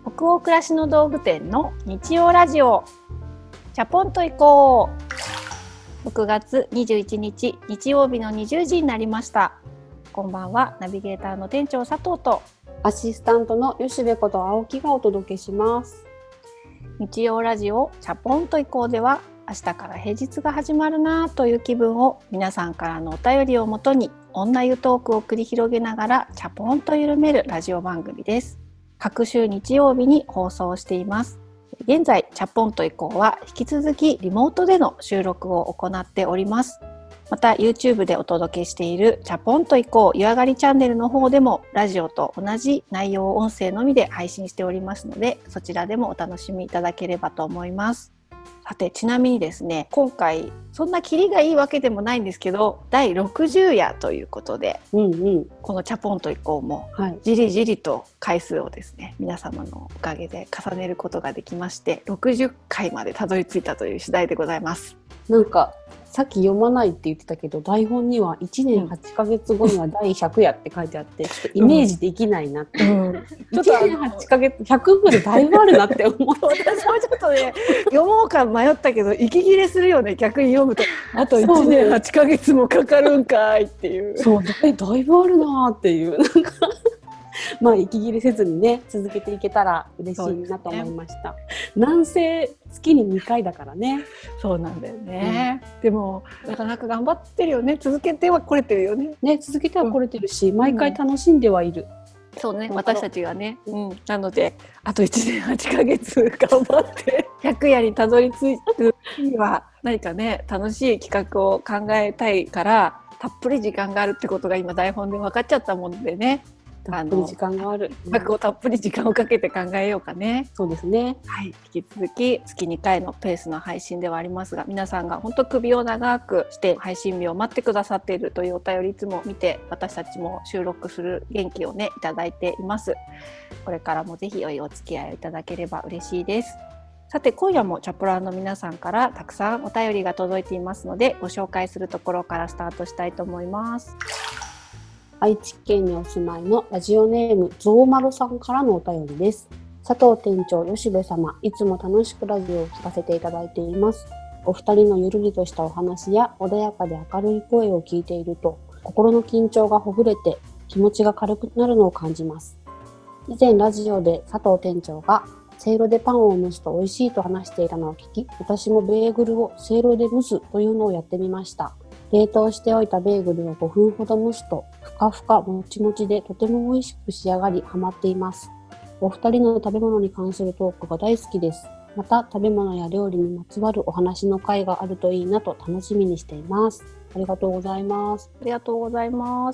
北欧暮らしの道具店の日曜ラジオ、チャポンと行こう。6月21日日曜日の20時になりました。こんばんは。ナビゲーターの店長佐藤とアシスタントの吉部こと青木がお届けします。 日曜ラジオチャポンと行こうでは、明日から平日が始まるなという気分を皆さんからのお便りをもとに女湯トークを繰り広げながらチャポンと緩めるラジオ番組です。各週日曜日に放送しています。現在チャポンと行こうは引き続きリモートでの収録を行っております。また YouTube でお届けしているチャポンと行こう湯上がりチャンネルの方でもラジオと同じ内容を音声のみで配信しておりますので、そちらでもお楽しみいただければと思います。さて、ちなみにですね、今回そんなキリがいいわけでもないんですけど、第60夜ということで、このチャポンと行こうもじりじりと回数をですね、皆様のおかげで重ねることができまして、60回までたどり着いたという次第でございます。 なんかさっき読まないって言ってたけど、台本には1年8ヶ月後には第100夜って書いてあって、ちょっとイメージできないなって、ちょっと1年8ヶ月100までだいぶあるなって思う。 私もちょっとね、読もうか迷ったけど息切れするよね、逆に読むと。あと1年8ヶ月もかかるんかいっていう。 そうだいぶあるなっていう、なんかまあ息切れせずにね続けていけたら嬉しいなと思いました。なんせ月に2回だからね。 そうなんだよね、でもなかなか頑張ってるよね。続けてはこれてるよね。 続けてはこれてるし、毎回楽しんではいる。 そうね、私たちがね、なのであと1年8ヶ月頑張って100夜にたどり着くには何かね、楽しい企画を考えたいから、たっぷり時間があるってことが今台本で分かっちゃったものでね、 たっぷり時間がある。 たっぷり時間をかけて考えようかね。 そうですね。 はい、引き続き月2回のペースの配信ではありますが、皆さんが本当首を長くして配信日を待ってくださっているというお便りいつも見て、私たちも収録する元気をねいただいています。これからもぜひ良いお付き合いをいただければ嬉しいです。さて、今夜もチャプラーの皆さんからたくさんお便りが届いていますので、ご紹介するところからスタートしたいと思います。 愛知県にお住まいのラジオネームゾウマルさんからのお便りです。佐藤店長、吉部様、いつも楽しくラジオを聞かせていただいています。お二人のゆるりとしたお話や穏やかで明るい声を聞いていると、心の緊張がほぐれて気持ちが軽くなるのを感じます。以前ラジオで佐藤店長がせいろでパンを蒸すと美味しいと話していたのを聞き、私もベーグルをせいろで蒸すというのをやってみました。冷凍しておいたベーグルを5分ほど蒸すとふかふかもちもちでとても美味しく仕上がりハマっています。お二人の食べ物に関するトークが大好きです。また食べ物や料理にまつわるお話の会があるといいなと楽しみにしています。ありがとうございます。 ありがとうございます。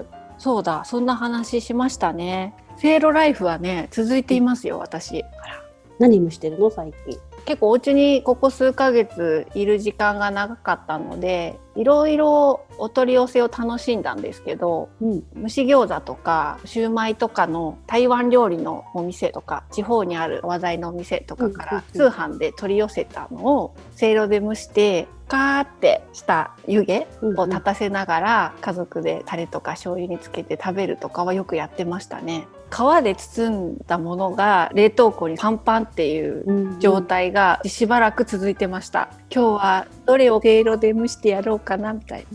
そうだ、そんな話しましたね。せいろライフはね続いていますよ、私。 何蒸してるの最近？ 結構お家にここ数ヶ月いる時間が長かったので、いろいろお取り寄せを楽しんだんですけど、蒸し餃子とかシューマイとかの台湾料理のお店とか、地方にある話題のお店とかから通販で取り寄せたのをせいろで蒸して、カーってした湯気を立たせながら家族でタレとか醤油につけて食べるとかはよくやってましたね。皮で包んだものが冷凍庫にパンパンっていう状態がしばらく続いてました。今日はどれをせいろで蒸してやろうかなみたい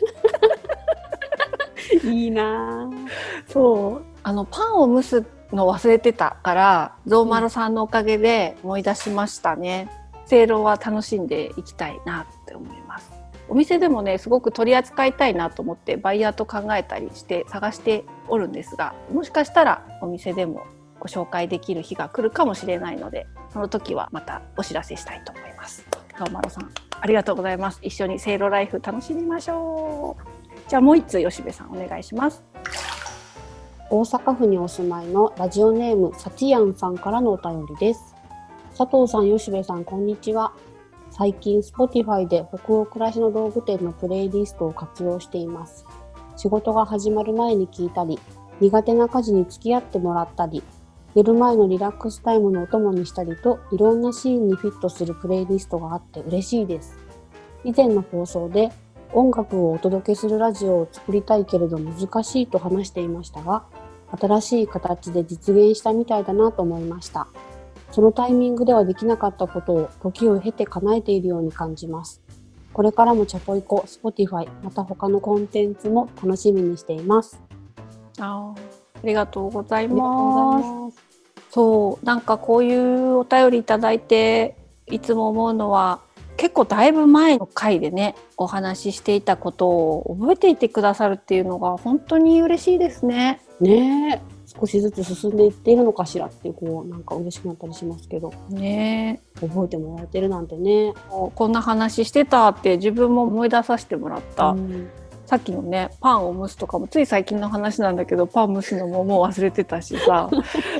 な。 いいな。 そう、パンを蒸すの忘れてたから、ゾウマルさんのおかげで思い出しましたね。せいろは楽しんでいきたいなって思います。お店でもね、すごく取り扱いたいなと思ってバイヤーと考えたりして探しておるんですが、もしかしたらお店でもご紹介できる日が来るかもしれないので、その時はまたお知らせしたいと思います。ゾウマルさん、ありがとうございます。一緒にせいろライフ楽しみましょう。じゃあもう一通吉部さんお願いします。 大阪府にお住まいのラジオネームサチヤンさんからのお便りです。佐藤さん、吉部さん、こんにちは。最近 Spotify で北欧暮らしの道具店のプレイリストを活用しています。仕事が始まる前に聞いたり、苦手な家事に付き合ってもらったり、寝る前のリラックスタイムのお供にしたりと、いろんなシーンにフィットするプレイリストがあって嬉しいです。以前の放送で音楽をお届けするラジオを作りたいけれど難しいと話していましたが、 新しい形で実現したみたいだなと思いました。そのタイミングではできなかったことを時を経て叶えているように感じます。これからもチャポイコ、Spotify、また他のコンテンツも楽しみにしています。 ありがとうございます。そう、なんかこういうお便りいただいていつも思うのは、結構だいぶ前の回でねお話ししていたことを覚えていてくださるっていうのが本当に嬉しいですね。 ねえ、少しずつ進んでいっているのかしらってなんか嬉しくなったりしますけどね、 覚えてもらえてるなんてね。 こんな話してたって自分も思い出させてもらった、さっきのねパンを蒸すとかもつい最近の話なんだけど、パン蒸すのももう忘れてたしさ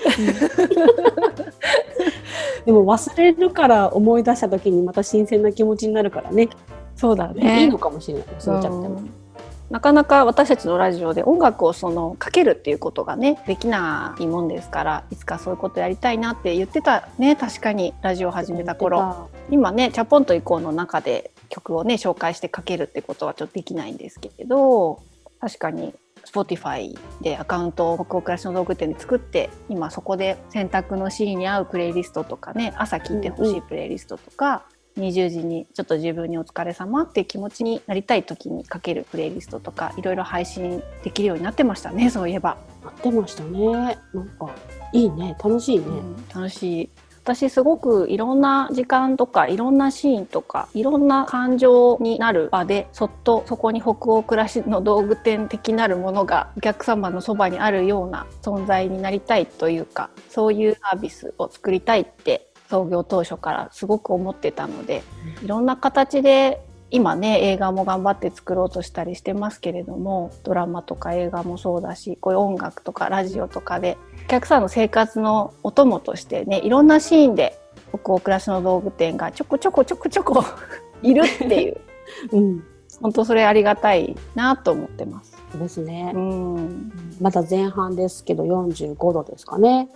でも忘れるから思い出した時にまた新鮮な気持ちになるからね。 そうだね、 いいのかもしれない、忘れちゃっても。 なかなか私たちのラジオで音楽をかけるっていうことがねできないもんですから、いつかそういうことやりたいなって言ってたね。確かにラジオ始めた頃、今ねチャポンと移行の中で曲をね紹介してかけるってことはちょっとできないんですけれど、確かに Spotify でアカウントを北欧暮らしの道具店で作って、今そこで洗濯のシーンに合うプレイリストとかね、朝聴いてほしいプレイリストとか、20時にちょっと自分にお疲れ様っていう気持ちになりたい時にかけるプレイリストとかいろいろ配信できるようになってましたね。そういえばなってましたね。なんかいいね、楽しいね、 楽しい。私すごくいろんな時間とかいろんなシーンとかいろんな感情になる場で、そっとそこに北欧暮らしの道具店的なるものがお客様のそばにあるような存在になりたいというか、そういうサービスを作りたいって創業当初からすごく思ってたので、いろんな形で今ね映画も頑張って作ろうとしたりしてますけれども、ドラマとか映画もそうだし、こういう音楽とかラジオとかでお客さんの生活のお供としてね、いろんなシーンで北欧暮らしの道具店がちょこちょこいるっていう、本当それありがたいなと思ってます。 ですね、まだ前半ですけど45度ですかね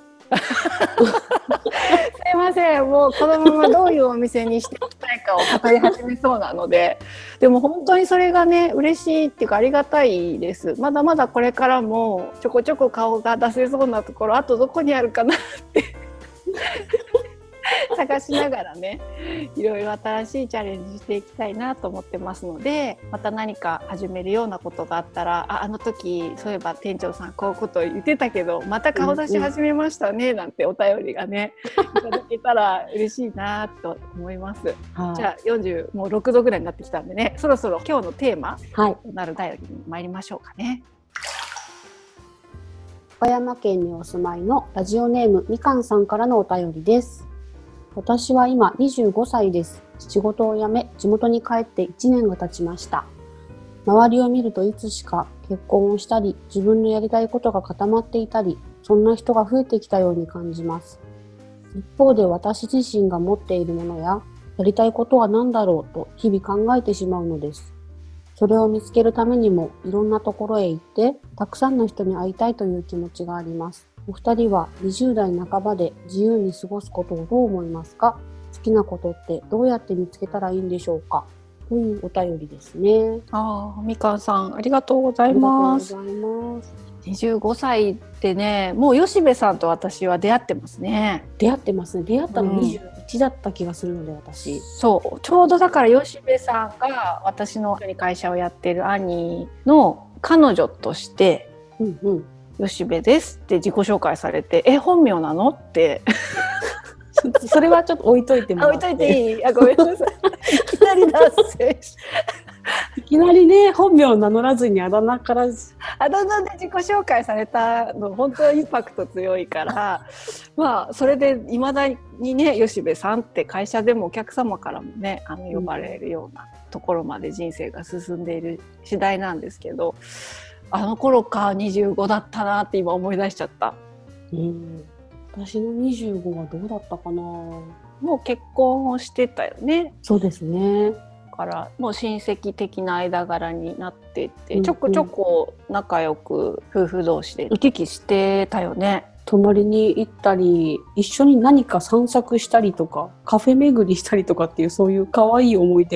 すいません、もうこのままどういうお店にしていきたいかを語り始めそうなのででも本当にそれがね嬉しいっていうかありがたいです。まだまだこれからもちょこちょこ顔が出せそうなところ、あとどこにあるかなって探しながらね、いろいろ新しいチャレンジしていきたいなと思ってますので、また何か始めるようなことがあったら、あの時そういえば店長さんこういうこと言ってたけどまた顔出し始めましたね、なんてお便りがねいただけたら嬉しいなと思います。じゃあ46度ぐらいになってきたんでね、そろそろ今日のテーマとなるお便りに参りましょうかね。 岡山県にお住まいのラジオネームみかんさんからのお便りです。私は今25歳です。仕事を辞め、地元に帰って1年が経ちました。周りを見るといつしか結婚をしたり、自分のやりたいことが固まっていたり、そんな人が増えてきたように感じます。一方で私自身が持っているものや、やりたいことは何だろうと日々考えてしまうのです。それを見つけるためにもいろんなところへ行って、たくさんの人に会いたいという気持ちがあります。お二人は20代半ばで自由に過ごすことをどう思いますか？好きなことってどうやって見つけたらいいんでしょうか？というお便りですね。 みかんさんありがとうございます。25歳ってね、もう吉部さんと私は出会ってますね。 出会ってますね。出会ったの21だった気がするので、私。 そう、ちょうどだから吉部さんが私の会社をやってる兄の彼女として、吉部ですって自己紹介されて、本名なのってそれはちょっと置いといてもらって。 置いといていい？ごめんなさいいきなり脱線いきなりね、本名を名乗らずにあだ名で自己紹介されたの本当にインパクト強いからまあそれでいまだにね吉部さんって会社でもお客様からもね呼ばれるようなところまで人生が進んでいる次第なんですけど、あの頃か25だったなって今思い出しちゃった。 私の25はどうだったかな。もう結婚をしてたよね。 そうですね。 からもう親戚的な間柄になってて、ちょこちょこ仲良く夫婦同士で行き来してたよね。 泊まりに行ったり、一緒に何か散策したりとか、カフェ巡りしたりとかっていうそういう可愛い思い出が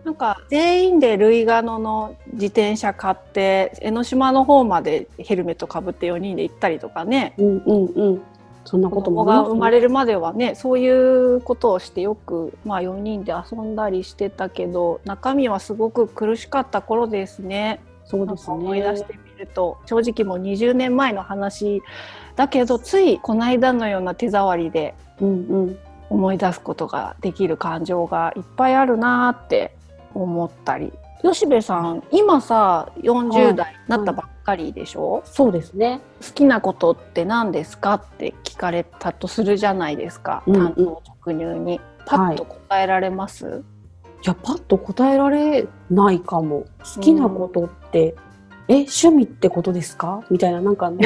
なんか全員でルイガノの自転車買って江ノ島の方までヘルメットかぶって4人で行ったりとかね、 そんなことも子供が生まれるまではねそういうことをしてよく、4人で遊んだりしてたけど中身はすごく苦しかった頃ですね。 そうですね。 思い出してみると正直もう20年前の話だけどついこの間のような手触りで思い出すことができる感情がいっぱいあるなって思ったり。吉部さん今さ40代になったばっかりでしょ、 そうですね。 好きなことって何ですかって聞かれたとするじゃないですか、単刀直入にパッと答えられます？ いやパッと答えられないかも。好きなことって、趣味ってことですかみたいな、なんだろう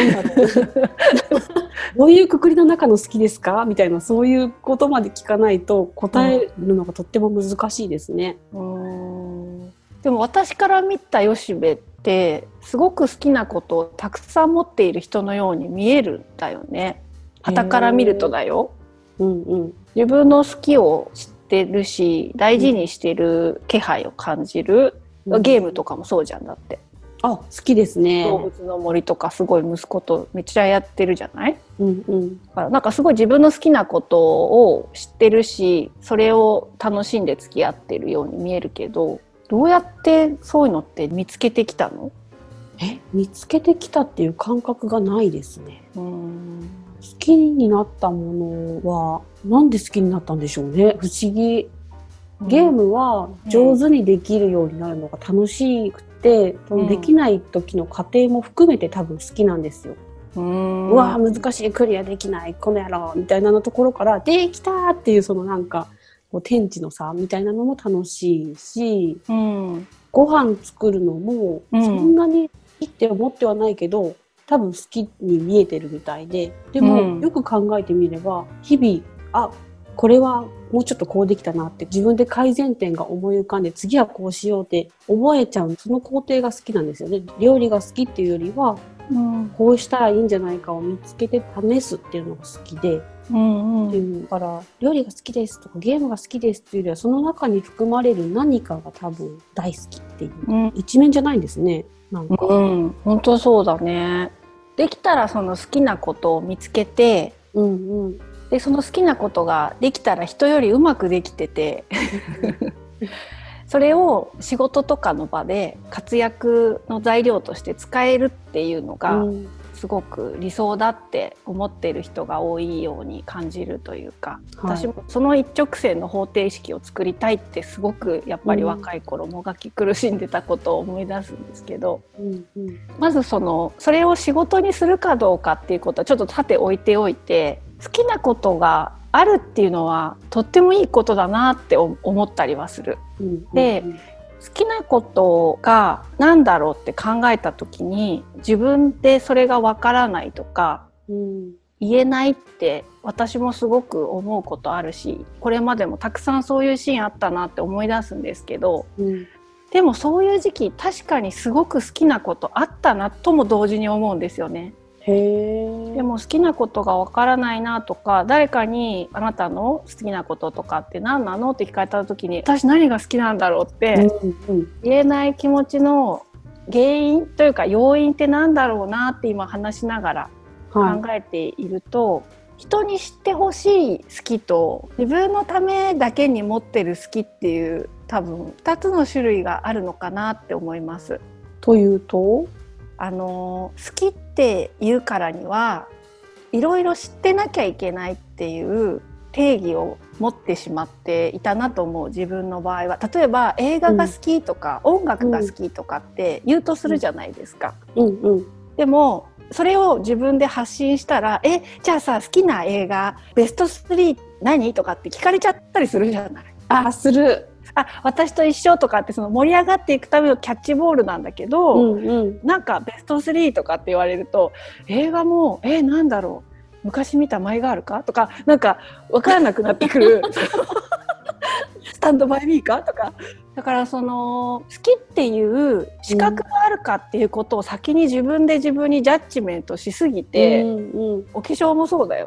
どういう括りの中の好きですかみたいな、そういうことまで聞かないと答えるのがとっても難しいですね。 でも私から見た吉部ってすごく好きなことをたくさん持っている人のように見えるんだよね。傍から見るとだよ、自分の好きを知ってるし大事にしてる気配を感じる、ゲームとかもそうじゃん。だって好きですね。 動物の森とかすごい息子とめっちゃやってるじゃない、だからなんかすごい自分の好きなことを知ってるしそれを楽しんで付き合ってるように見えるけど、どうやってそういうのって見つけてきたの？ 見つけてきたっていう感覚がないですね。好きになったものはなんで好きになったんでしょうね。不思議。ゲームは上手にできるようになるのが楽しくて、できない時の過程も含めて多分好きなんですよ。うわ難しい、クリアできない、この野郎みたいなのところからできたっていうそのなんか天地の差みたいなのも楽しいし、ご飯作るのもそんなに好きって思ってはないけど、多分好きに見えてるみたいで、でも、よく考えてみれば日々これはもうちょっとこうできたなって自分で改善点が思い浮かんで次はこうしようって覚えちゃう、その工程が好きなんですよね。料理が好きっていうよりは、こうしたらいいんじゃないかを見つけて試すっていうのが好きで、だから料理が好きですとかゲームが好きですっていうよりはその中に含まれる何かが多分大好きっていう一面じゃないんですね。なんか、 本当そうだね。できたらその好きなことを見つけて、でその好きなことができたら人よりうまくできててそれを仕事とかの場で活躍の材料として使えるっていうのがすごく理想だって思っている人が多いように感じるというか、私もその一直線の方程式を作りたいってすごくやっぱり若い頃もがき苦しんでたことを思い出すんですけど、まずそれを仕事にするかどうかっていうことはちょっと縦置いておいて、好きなことがあるっていうのはとってもいいことだなって思ったりはする。で好きなことが何だろうって考えた時に自分でそれがわからないとか、言えないって私もすごく思うことあるし、これまでもたくさんそういうシーンあったなって思い出すんですけど、でもそういう時期確かにすごく好きなことあったなとも同時に思うんですよね。でも好きなことがわからないなとか、誰かにあなたの好きなこととかって何なのって聞かれた時に私何が好きなんだろうって言えない気持ちの原因というか要因って何だろうなって今話しながら考えていると、人に知ってほしい好きと自分のためだけに持ってる好きっていう多分2つの種類があるのかなって思います。 というと好きっていうからにはいろいろ知ってなきゃいけないっていう定義を持ってしまっていたなと思う。自分の場合は例えば映画が好きとか、音楽が好きとかって言うとするじゃないですか、でもそれを自分で発信したらじゃあさ好きな映画ベスト3何とかって聞かれちゃったりするじゃない。 する。 私と一緒とかってその盛り上がっていくためのキャッチボールなんだけど、なんかベスト3とかって言われると映画もなんだろう昔見たマイガールかとかなんか分からなくなってくるスタンドバイミーかとか、だからその好きっていう資格があるかっていうことを先に自分で自分にジャッジメントしすぎて、お化粧もそうだよね。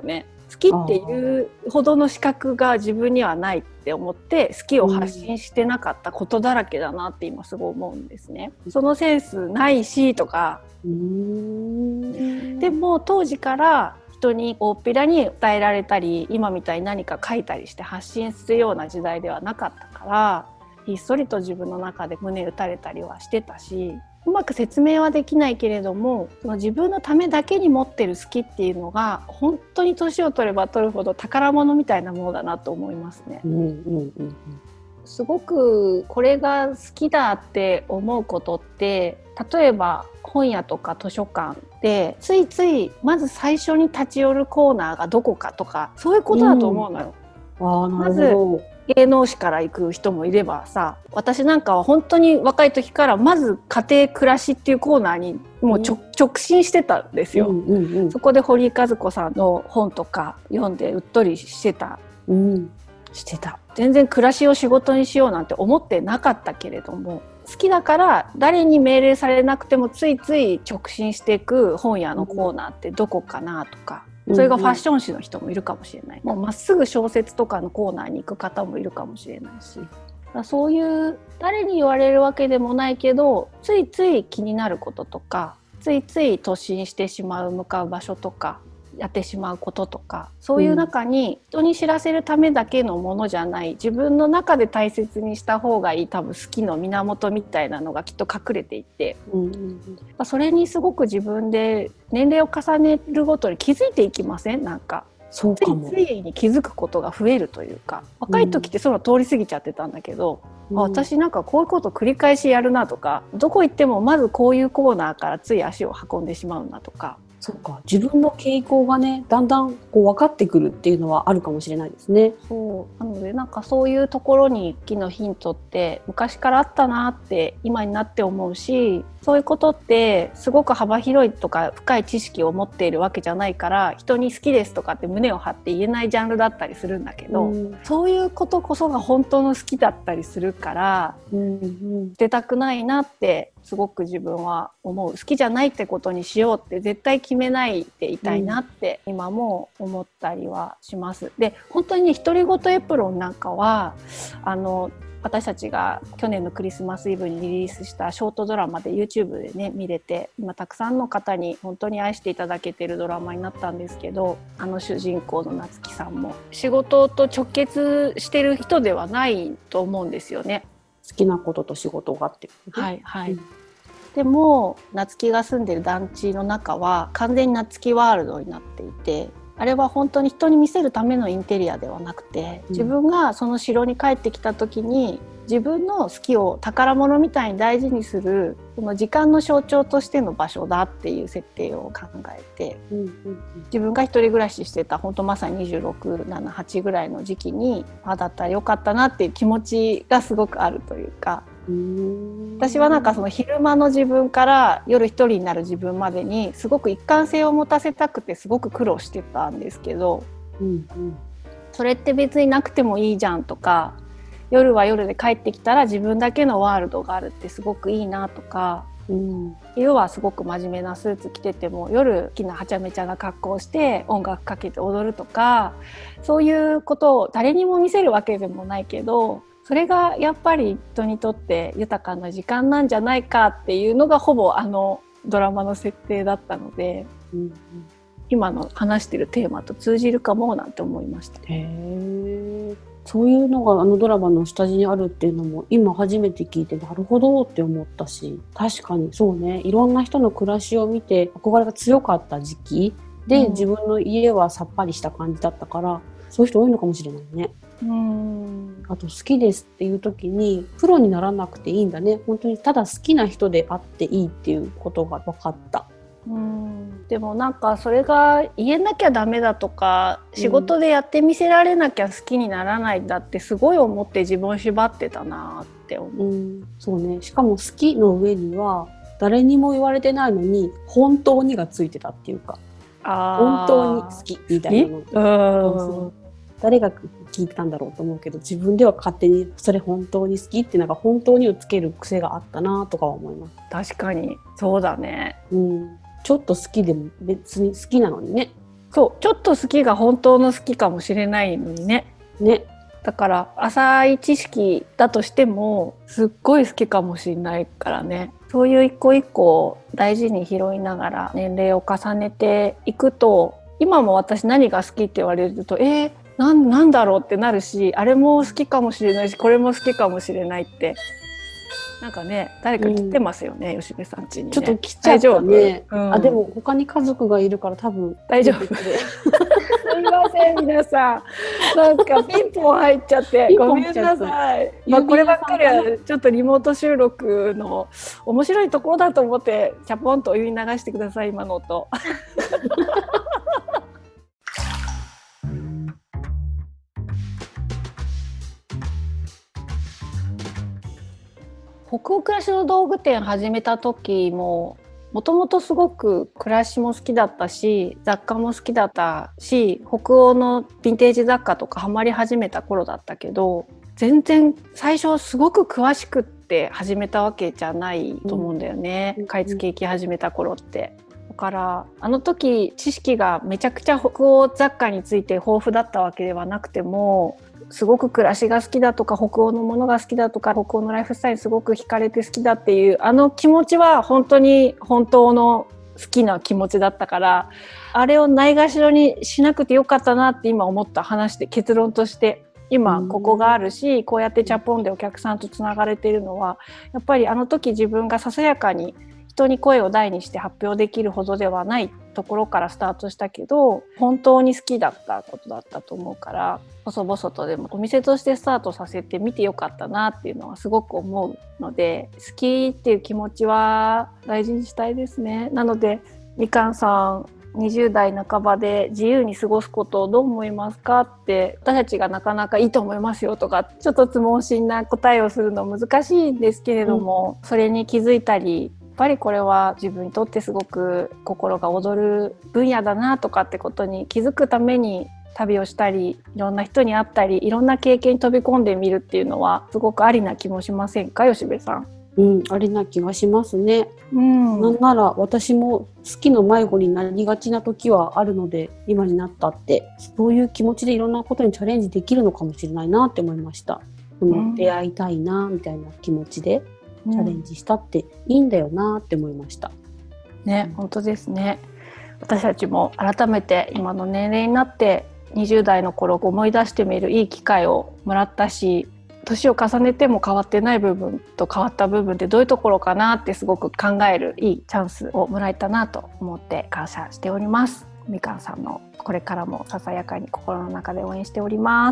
好きっていうほどの資格が自分にはないって思って好きを発信してなかったことだらけだなって今すごい思うんですね。そのセンスないしとか、でも当時から人に大っぴらに伝えられたり今みたいに何か書いたりして発信するような時代ではなかったから、ひっそりと自分の中で胸打たれたりはしてたし、うまく説明はできないけれども、その自分のためだけに持ってる好きっていうのが本当に年を取れば取るほど宝物みたいなものだなと思いますね。すごくこれが好きだって思うことって、例えば本屋とか図書館でついついまず最初に立ち寄るコーナーがどこかとか、そういうことだと思うのよ。まず芸能誌から行く人もいればさ、私なんかは本当に若い時からまず家庭暮らしっていうコーナーにもう直進してたんですよ。そこで堀井和子さんの本とか読んでうっとりしてた、全然暮らしを仕事にしようなんて思ってなかったけれども、好きだから誰に命令されなくてもついつい直進していく本屋のコーナーってどこかなとか、それがファッション誌の人もいるかもしれない、もうまっすぐ小説とかのコーナーに行く方もいるかもしれないし、そういう誰に言われるわけでもないけどついつい気になることとか、ついつい突進してしまう向かう場所とかやってしまうこととか、そういう中に人に知らせるためだけのものじゃない、自分の中で大切にした方がいい多分好きの源みたいなのがきっと隠れていて、それにすごく自分で年齢を重ねるごとに気づいていきません？なんかそうかも。 ついついに気づくことが増えるというか、若い時ってその通り過ぎちゃってたんだけど、私なんかこういうこと繰り返しやるなとか、どこ行ってもまずこういうコーナーからつい足を運んでしまうなとか。 そうか、自分の傾向がねだんだんこう分かってくるっていうのはあるかもしれないですね。 そうなので、なんかそういうところに好きのヒントって昔からあったなって今になって思うし、そういうことってすごく幅広いとか深い知識を持っているわけじゃないから、人に好きですとかって胸を張って言えないジャンルだったりするんだけど、そういうことこそが本当の好きだったりするから、捨てたくないなってすごく自分は思う。好きじゃないってことにしようって絶対決めないでいたいなって今も思ったりはします。で、本当に独り言エプロンなんかは私たちが去年のクリスマスイブにリリースしたショートドラマで YouTube でね見れて、今たくさんの方に本当に愛していただけているドラマになったんですけど、主人公の夏希さんも仕事と直結してる人ではないと思うんですよね。 好きなことと仕事がって、 でも夏希が住んでる団地の中は完全に夏希ワールドになっていて、あれは本当に人に見せるためのインテリアではなくて、自分がその城に帰ってきた時に自分の好きを宝物みたいに大事にする、その時間の象徴としての場所だっていう設定を考えて、自分が一人暮らししてた本当まさに26、7、8ぐらいの時期にだったらよかったなっていう気持ちがすごくあるというか、私はなんかその昼間の自分から夜一人になる自分までにすごく一貫性を持たせたくてすごく苦労してたんですけど、それって別になくてもいいじゃんとか、夜は夜で帰ってきたら自分だけのワールドがあるってすごくいいなとか、昼はすごく真面目なスーツ着てても夜好きなはちゃめちゃな格好をして音楽かけて踊るとか、そういうことを誰にも見せるわけでもないけど、それがやっぱり人にとって豊かな時間なんじゃないかっていうのがほぼドラマの設定だったので、今の話してるテーマと通じるかもなんて思いました。 そういうのがドラマの下地にあるっていうのも今初めて聞いて、なるほどって思ったし、確かにそうね、いろんな人の暮らしを見て憧れが強かった時期で、自分の家はさっぱりした感じだったから、そういう人多いのかもしれないね。あと好きですっていう時にプロにならなくていいんだね。本当にただ好きな人であっていいっていうことが分かった。 でもなんかそれが言えなきゃダメだとか、仕事でやってみせられなきゃ好きにならないんだってすごい思って自分を縛ってたなって思う。 そうね。しかも好きの上には誰にも言われてないのに本当にがついてたっていうか、本当に好きみたいなの。誰が聞いてたんだろうと思うけど、自分では勝手にそれ本当に好きってなんか本当にをつける癖があったなとかは思います。 確かにそうだね。 ちょっと好きでも別に好きなのにね。 そうちょっと好きが本当の好きかもしれないのにね。だから浅い知識だとしてもすっごい好きかもしれないからね。そういう一個一個大事に拾いながら年齢を重ねていくと、今も私何が好きって言われるとなんだろうってなるし、あれも好きかもしれないしこれも好きかもしれないってなんかね、誰か来てますよね、吉部さん家にね。 ちょっと来ちゃったね。でも他に家族がいるから多分大丈夫すいません皆さん、なんかピンポン入っちゃってごめんなさい。こればっかりはちょっとリモート収録の面白いところだと思ってチャポンとお湯に流してください、今の音北欧暮らしの道具店始めた時もともとすごく暮らしも好きだったし雑貨も好きだったし、北欧のヴィンテージ雑貨とかハマり始めた頃だったけど、全然最初すごく詳しくって始めたわけじゃないと思うんだよね、買い付け行き始めた頃って。だからあの時知識がめちゃくちゃ北欧雑貨について豊富だったわけではなくても、すごく暮らしが好きだとか北欧のものが好きだとか北欧のライフスタイルにすごく惹かれて好きだっていうあの気持ちは本当に本当の好きな気持ちだったから、あれをないがしろにしなくてよかったなって今思った話で、結論として今ここがあるし、こうやってチャポンでお客さんとつながれているのはやっぱりあの時自分がささやかに人に声を大にして発表できるほどではないところからスタートしたけど、本当に好きだったことだったと思うから、細々とでもお店としてスタートさせてみてよかったなっていうのはすごく思うので、好きっていう気持ちは大事にしたいですね。なのでみかんさん20代半ばで自由に過ごすことをどう思いますかって、私たちがなかなかいいと思いますよとかちょっとつ問診な答えをするの難しいんですけれども、それに気づいたり、やっぱりこれは自分にとってすごく心が躍る分野だなとかってことに気づくために旅をしたり、いろんな人に会ったり、いろんな経験に飛び込んでみるっていうのはすごくありな気もしませんか、吉部さん。 ありな気がしますね。なんなら私も好きの迷子になりがちな時はあるので、今になったってそういう気持ちでいろんなことにチャレンジできるのかもしれないなって思いました。出会いたいなみたいな気持ちでチャレンジしたっていいんだよなって思いました。 ね、本当ですね。私たちも改めて今の年齢になって20代の頃思い出してみるいい機会をもらったし、年を重ねても変わってない部分と変わった部分ってどういうところかなってすごく考えるいいチャンスをもらえたなと思って感謝しております。みかんさんのこれからもささやかに心の中で応援しております。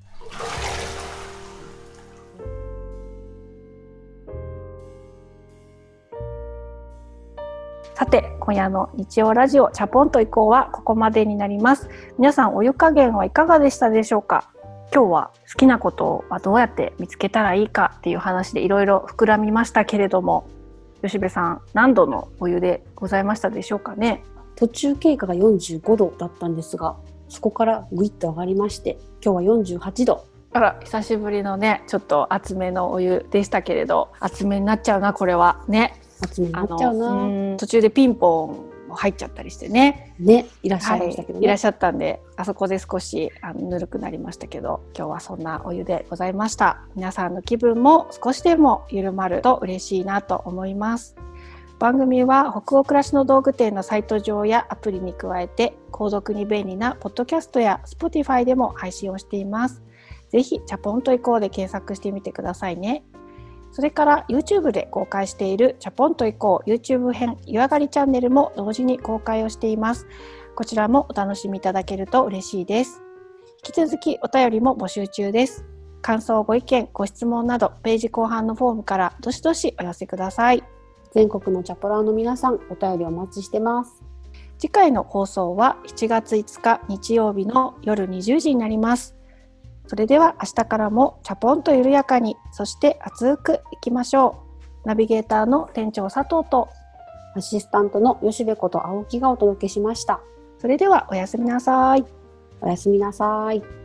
さて今夜の日曜ラジオチャポンと移行はここまでになります。皆さんお湯加減はいかがでしたでしょうか。今日は好きなことはどうやって見つけたらいいかっていう話でいろいろ膨らみましたけれども、吉部さん何度のお湯でございましたでしょうかね。 途中経過が45度だったんですが、そこからぐいっと上がりまして今日は48度。 あら久しぶりのねちょっと厚めのお湯でしたけれど、厚めになっちゃうなこれはね。 厚めになっちゃうな。 途中でピンポン入っちゃったりしてねいらっしゃいましたけどね、 いらっしゃったんであそこで少しぬるくなりましたけど、今日はそんなお湯でございました。皆さんの気分も少しでも緩まると嬉しいなと思います。番組は北欧暮らしの道具店のサイト上やアプリに加えて購読に便利なポッドキャストや Spotify でも配信をしています。ぜひチャポンと移行で検索してみてくださいね。それから YouTube で公開しているチャポンと移行 YouTube 編湯上がりチャンネルも同時に公開をしています。こちらもお楽しみいただけると嬉しいです。引き続きお便りも募集中です。感想、ご意見、ご質問などページ後半のフォームからどしどしお寄せください。 全国のチャポラーの皆さん、お便りお待ちしてます。 次回の放送は7月5日日曜日の夜20時になります。それでは明日からもチャポンと緩やかに、そして熱くいきましょう。ナビゲーターの店長佐藤とアシスタントの吉部こと青木がお届けしました。 それではおやすみなさい。 おやすみなさい。